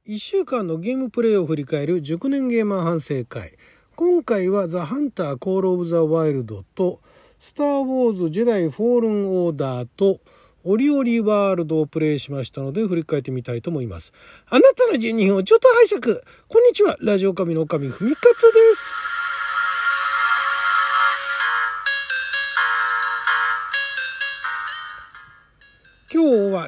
1週間のゲームプレイを振り返る熟年ゲーマー反省会。今回はザ・ハンター・コール・オブ・ザ・ワイルドとスター・ウォーズ・ジェダイ・フォールン・オーダーとオリオリワールドをプレイしましたので振り返ってみたいと思います。あなたの12分をちょっと拝借。こんにちは、ラジオ神の神ふみかつです。今日は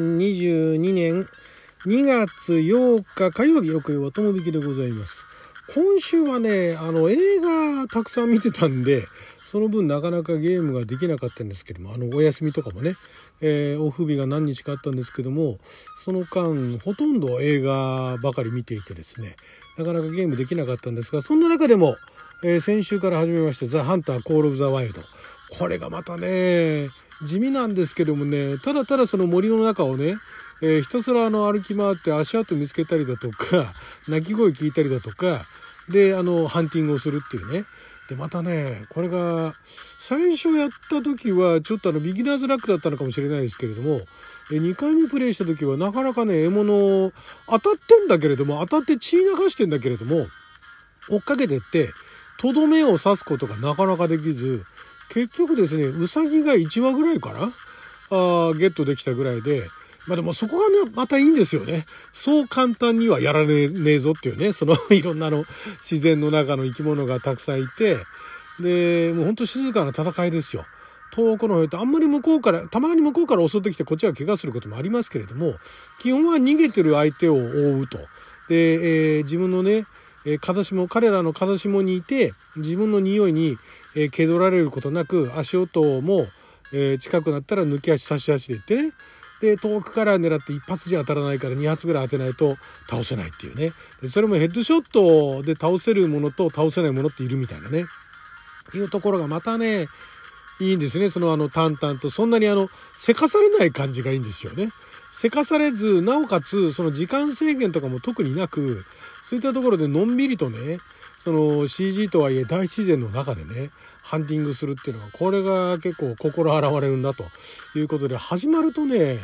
2022年2月8日火曜日、6曜とも引きでございます。今週はね、映画たくさん見てたんで、その分なかなかゲームができなかったんですけども、お休みとかもね、オフ日が何日かあったんですけども、その間ほとんど映画ばかり見ていてですね、なかなかゲームできなかったんですが、そんな中でも、先週から始めましたザ・ハンター・コール・オブ・ザ・ワイルド。これがまたね、地味なんですけどもね、ただただその森の中をね、ひたすら歩き回って足跡見つけたりだとか、鳴き声聞いたりだとかでハンティングをするっていうね。でまたね、これが最初やった時はちょっとビギナーズラックだったのかもしれないですけれども、2回目プレイした時はなかなかね、獲物当たってんだけれども、当たって血流してんだけれども、追っかけてってとどめを刺すことがなかなかできず、結局ですね、ウサギが1羽ぐらいかなゲットできたぐらいで、でもそこがね、またいいんですよね。そう簡単にはやらねえぞっていうね、そのいろんな自然の中の生き物がたくさんいて、で、もうほんと静かな戦いですよ。遠くの方ってあんまりたまに向こうから襲ってきてこっちが怪我することもありますけれども、基本は逃げてる相手を追うと。で、自分のね、彼らの風下にいて、自分の匂いに、気取られることなく、足音も、近くなったら抜き足差し足でいってね、で遠くから狙って一発じゃ当たらないから2発ぐらい当てないと倒せないっていうね。でそれもヘッドショットで倒せるものと倒せないものっているみたいなね、いうところがまたねいいんですね。淡々とそんなにせかされない感じがいいんですよね。せかされず、なおかつその時間制限とかも特になく、そういったところでのんびりとね、CG とはいえ大自然の中でねハンティングするっていうのは、これが結構心洗われるんだということで、始まるとね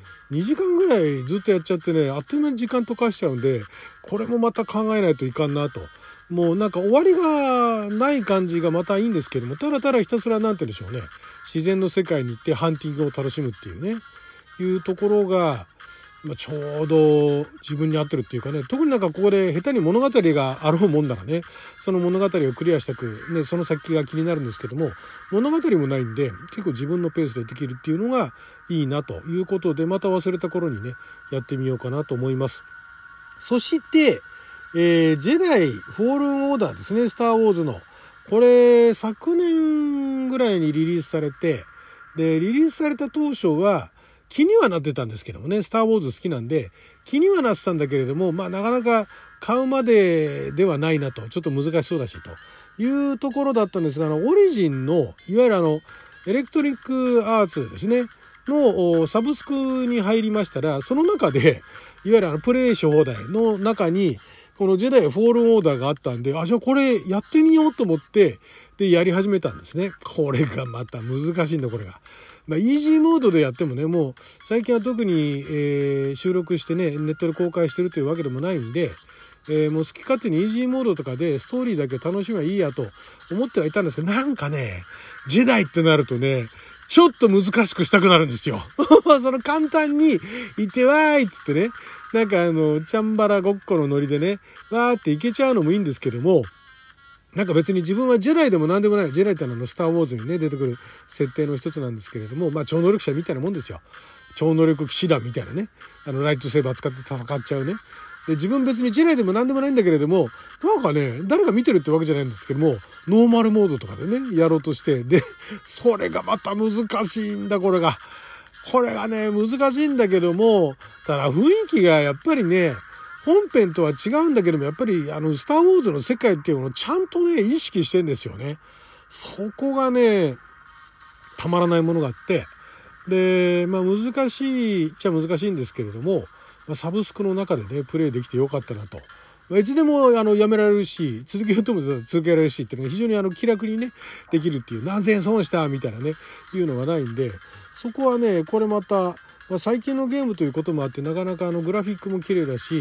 2時間ぐらいずっとやっちゃってね、あっという間に時間溶かしちゃうんで、これもまた考えないといかんなと。もうなんか終わりがない感じがまたいいんですけども、ただただひたすらなんて言うんでしょうね、自然の世界に行ってハンティングを楽しむっていうね、いうところがちょうど自分に合ってるっていうかね。特になんかここで下手に物語があろうもんならね、その物語をクリアしたくね、その先が気になるんですけども、物語もないんで結構自分のペースでできるっていうのがいいなということで、また忘れた頃にねやってみようかなと思います。そして、ジェダイフォールンオーダーですね、スターウォーズの。これ昨年ぐらいにリリースされて、でリリースされた当初は気にはなってたんですけどもね、スター・ウォーズ好きなんで気にはなってたんだけれども、なかなか買うまでではないなと、ちょっと難しそうだしというところだったんですが、オリジンのいわゆるエレクトリックアーツですねのサブスクに入りましたら、その中でいわゆるプレイし放題の中にこのジェダイフォールンオーダーがあったんで、じゃあこれやってみようと思ってでやり始めたんですね。これがまた難しいんだこれが。イージーモードでやってもね、もう最近は特に、収録してねネットで公開してるというわけでもないんで、もう好き勝手にイージーモードとかでストーリーだけ楽しめばいいやと思ってはいたんですけど、なんかねジェダイってなるとねちょっと難しくしたくなるんですよ。簡単にいてわーいっつってね、なんかチャンバラごっこのノリでねわーっていけちゃうのもいいんですけども、なんか別に自分はジェダイでも何でもない。ジェダイってスター・ウォーズにね出てくる設定の一つなんですけれども、超能力者みたいなもんですよ。超能力騎士団みたいなね、ライトセーバー使って戦っちゃうね。で自分別にジェダイでも何でもないんだけれども、なんかね誰が見てるってわけじゃないんですけども、ノーマルモードとかでねやろうとして、でそれがまた難しいんだ。これがね難しいんだけども、ただ雰囲気がやっぱりね本編とは違うんだけども、やっぱりスター・ウォーズの世界っていうのをちゃんとね意識してんですよね。そこがねたまらないものがあって、で難しいっちゃ難しいんですけれども、サブスクの中でねプレイできてよかったなと。いつでもやめられるし、続けようとも続けられるしっていうのが非常に気楽にねできるっていう、何千損したみたいなねいうのがないんで、そこはねこれまた最近のゲームということもあって、なかなかグラフィックも綺麗だし、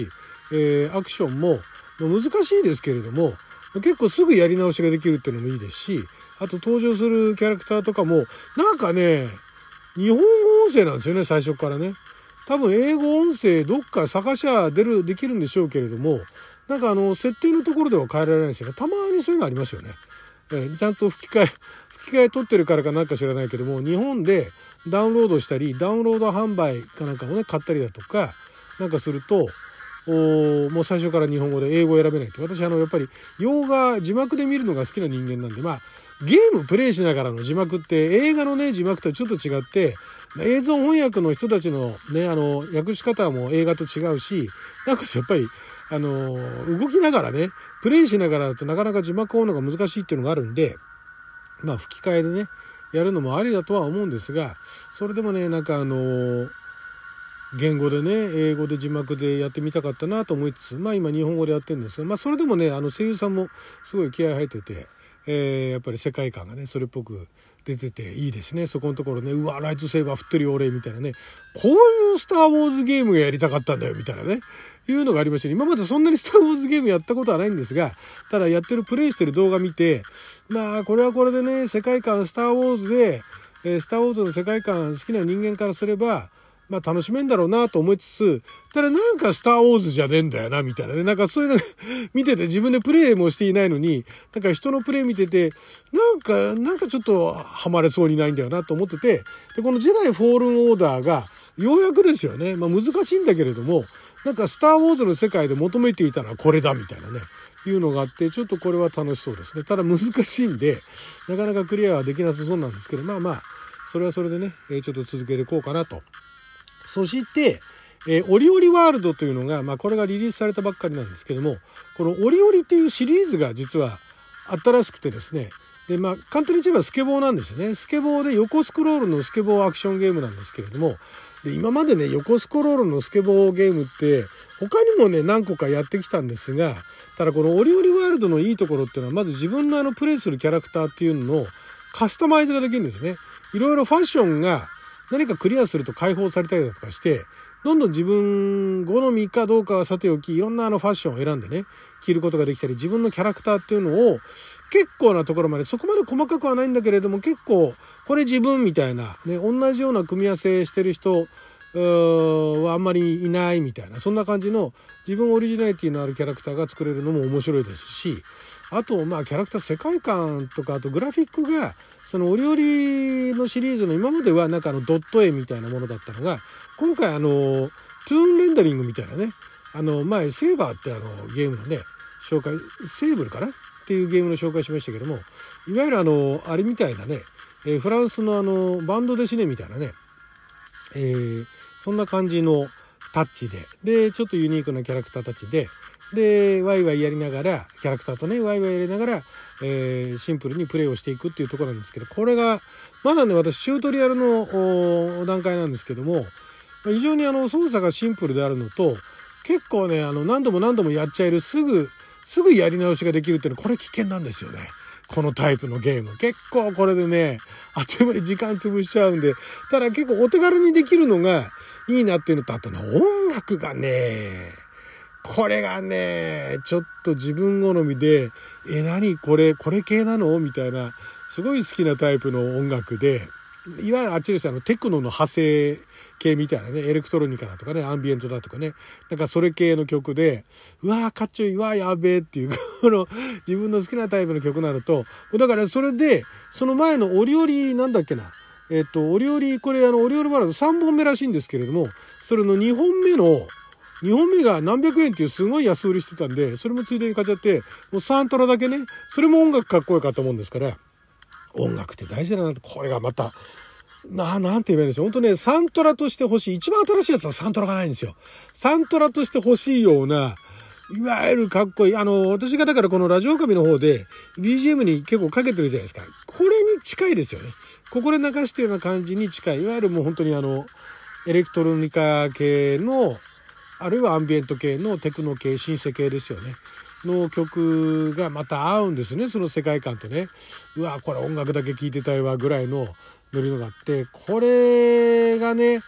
アクションも難しいですけれども、結構すぐやり直しができるっていうのもいいですし、あと登場するキャラクターとかもなんかね、日本語音声なんですよね、最初からね。多分英語音声どっか探しゃできるんでしょうけれども、なんか設定のところでは変えられないですよね。たまにそういうのありますよね。ちゃんと吹き替え取ってるからかなんか知らないけども、日本でダウンロードしたり、ダウンロード販売かなんかをね買ったりだとかなんかすると、もう最初から日本語で英語を選べないって。私やっぱり洋画字幕で見るのが好きな人間なんで、ゲームプレイしながらの字幕って映画のね字幕とはちょっと違って、映像翻訳の人たちのね訳し方も映画と違うし、なんかやっぱり動きながらねプレイしながらだとなかなか字幕を追うのが難しいっていうのがあるんで、吹き替えでねやるのもありだとは思うんですが、それでもねなんか言語でね英語で字幕でやってみたかったなと思いつつ、今日本語でやってるんですが、それでもね声優さんもすごい気合入ってて、やっぱり世界観がねそれっぽく出てていいですね。そこのところね、うわライトセーバー振ってるよ俺みたいなね、こういうスターウォーズゲームがやりたかったんだよみたいなねいうのがありまして、今までそんなにスターウォーズゲームやったことはないんですが、ただやってるプレイしてる動画見て、これはこれでね世界観スターウォーズで、スターウォーズの世界観好きな人間からすれば楽しめんだろうなと思いつつ、ただなんかスターウォーズじゃねえんだよなみたいなね、なんかそういうの見てて自分でプレイもしていないのに、なんか人のプレイ見ててなんかちょっとハマれそうにないんだよなと思ってて、でこのジェダイフォールンオーダーがようやくですよね、難しいんだけれども、なんかスターウォーズの世界で求めていたのはこれだみたいなねいうのがあって、ちょっとこれは楽しそうですね。ただ難しいんでなかなかクリアはできなさそうなんですけど、それはそれでねちょっと続けていこうかなと。そして、オリオリワールドというのが、これがリリースされたばっかりなんですけども、このオリオリっていうシリーズが実はあったらしくてですね、で簡単に言えばスケボーなんですよね。スケボーで横スクロールのスケボーアクションゲームなんですけれども、で今までね横スクロールのスケボーゲームって他にもね何個かやってきたんですが、ただこのオリオリワールドのいいところっていうのは、まず自分のプレイするキャラクターっていうののカスタマイズができるんですね。いろいろファッションが何かクリアすると解放されたりだとかして、どんどん自分好みかどうかはさておき、いろんなファッションを選んでね着ることができたり、自分のキャラクターっていうのを結構なところまで、そこまで細かくはないんだけれども、結構これ自分みたいなね、同じような組み合わせしてる人はあんまりいないみたいな、そんな感じの自分オリジナリティのあるキャラクターが作れるのも面白いですし、あとキャラクター世界観とか、あとグラフィックがそのオリオリのシリーズの今まではなんかドット絵みたいなものだったのが、今回トゥーンレンダリングみたいなね、前セーバーってゲームのね紹介、セーブルかなっていうゲームの紹介しましたけども、いわゆるあれみたいなね、フランスのバンドデシネみたいなね、そんな感じのタッチでちょっとユニークなキャラクターたちでワイワイやりながら、キャラクターとねワイワイやりながら、シンプルにプレイをしていくっていうところなんですけど、これがまだね私チュートリアルの段階なんですけども、非常に操作がシンプルであるのと、結構ね何度もやっちゃえる、すぐやり直しができるっていうのはこれ危険なんですよね。このタイプのゲーム結構これでねあっという間に時間潰しちゃうんで、ただ結構お手軽にできるのがいいなっていうのと、あとね音楽がね、これがねちょっと自分好みで、何これ系なのみたいな、すごい好きなタイプの音楽で、いわゆるあっちですテクノの派生系みたいなね、エレクトロニカだとかね、アンビエントだとかね、なんかそれ系の曲で、うわーかっちょいい、うわーやべえっていう自分の好きなタイプの曲になると、だからそれでその前のオリオリなんだっけな、オリオリ、これオリオリバラード3本目らしいんですけれども、それの2本目が何百円っていうすごい安売りしてたんで、それもついでに買っちゃって、もうサントラだけね、それも音楽かっこよかったもんですから、音楽って大事だなって、これがまたなんて言えばいいんでしょう。本当ね、サントラとして欲しい、一番新しいやつはサントラがないんですよ。サントラとして欲しいような、いわゆるかっこいい、私がだからこのラジオ神の方で BGM に結構かけてるじゃないですか。これに近いですよね。ここで流してるような感じに近い、いわゆるもう本当にエレクトロニカ系の、あるいはアンビエント系のテクノ系、シンセ系ですよねの曲がまた合うんですね、その世界観とね。うわこれ音楽だけ聴いてたいわぐらいのノリのがあって、これがね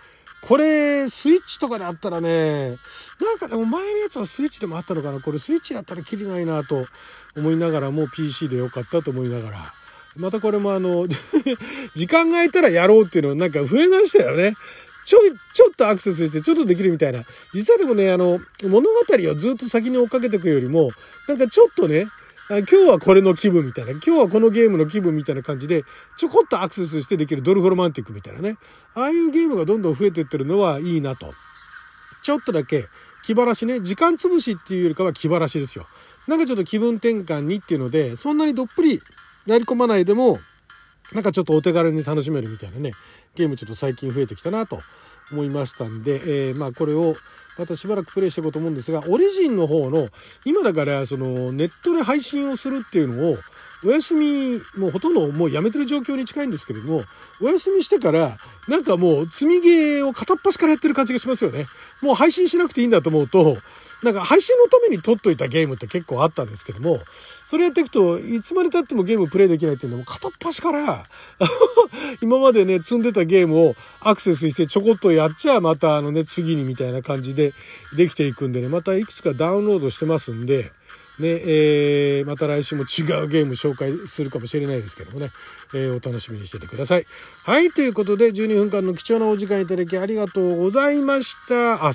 これスイッチとかであったらね、なんかでも前のやつはスイッチでもあったのかな、これスイッチだったらキリないなと思いながらも PC でよかったと思いながら、またこれも時間が空いたらやろうっていうのはなんか増えましたよね。ちょっとアクセスしてちょっとできるみたいな。実はでもね、物語をずっと先に追っかけていくよりも、なんかちょっとね、今日はこれの気分みたいな、今日はこのゲームの気分みたいな感じで、ちょこっとアクセスしてできるドルフロマンティックみたいなね。ああいうゲームがどんどん増えていってるのはいいなと。ちょっとだけ気晴らしね、時間潰しっていうよりかは気晴らしですよ。なんかちょっと気分転換にっていうので、そんなにどっぷりやり込まないでも、なんかちょっとお手軽に楽しめるみたいなね、ゲームちょっと最近増えてきたなと思いましたんで、まあこれをまたしばらくプレイしていこうと思うんですが、オリジンの方の今だからそのネットで配信をするっていうのをお休み、もうほとんどもうやめてる状況に近いんですけれども、お休みしてからなんかもう積みゲーを片っ端からやってる感じがしますよね。もう配信しなくていいんだと思うと、なんか配信のために撮っといたゲームって結構あったんですけども、それやっていくといつまで経ってもゲームプレイできないっていうのも片っ端から今までね積んでたゲームをアクセスしてちょこっとやっちゃまた次にみたいな感じでできていくんでね、またいくつかダウンロードしてますんでね、また来週も違うゲーム紹介するかもしれないですけどもね、お楽しみにしててください。はい、ということで12分間の貴重なお時間いただきありがとうございました。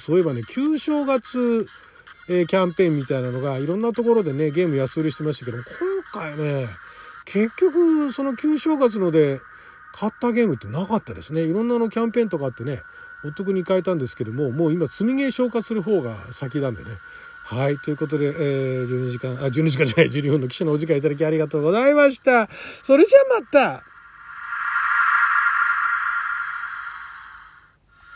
そういえばね、旧正月キャンペーンみたいなのがいろんなところでねゲーム安売りしてましたけど、今回ね結局その旧正月ので買ったゲームってなかったですね。いろんなキャンペーンとかあってねお得に買えたんですけども、もう今積みゲー消化する方が先なんでね。はい、ということで、12時間じゃない12分の記者のお時間いただきありがとうございました。それじゃあまた。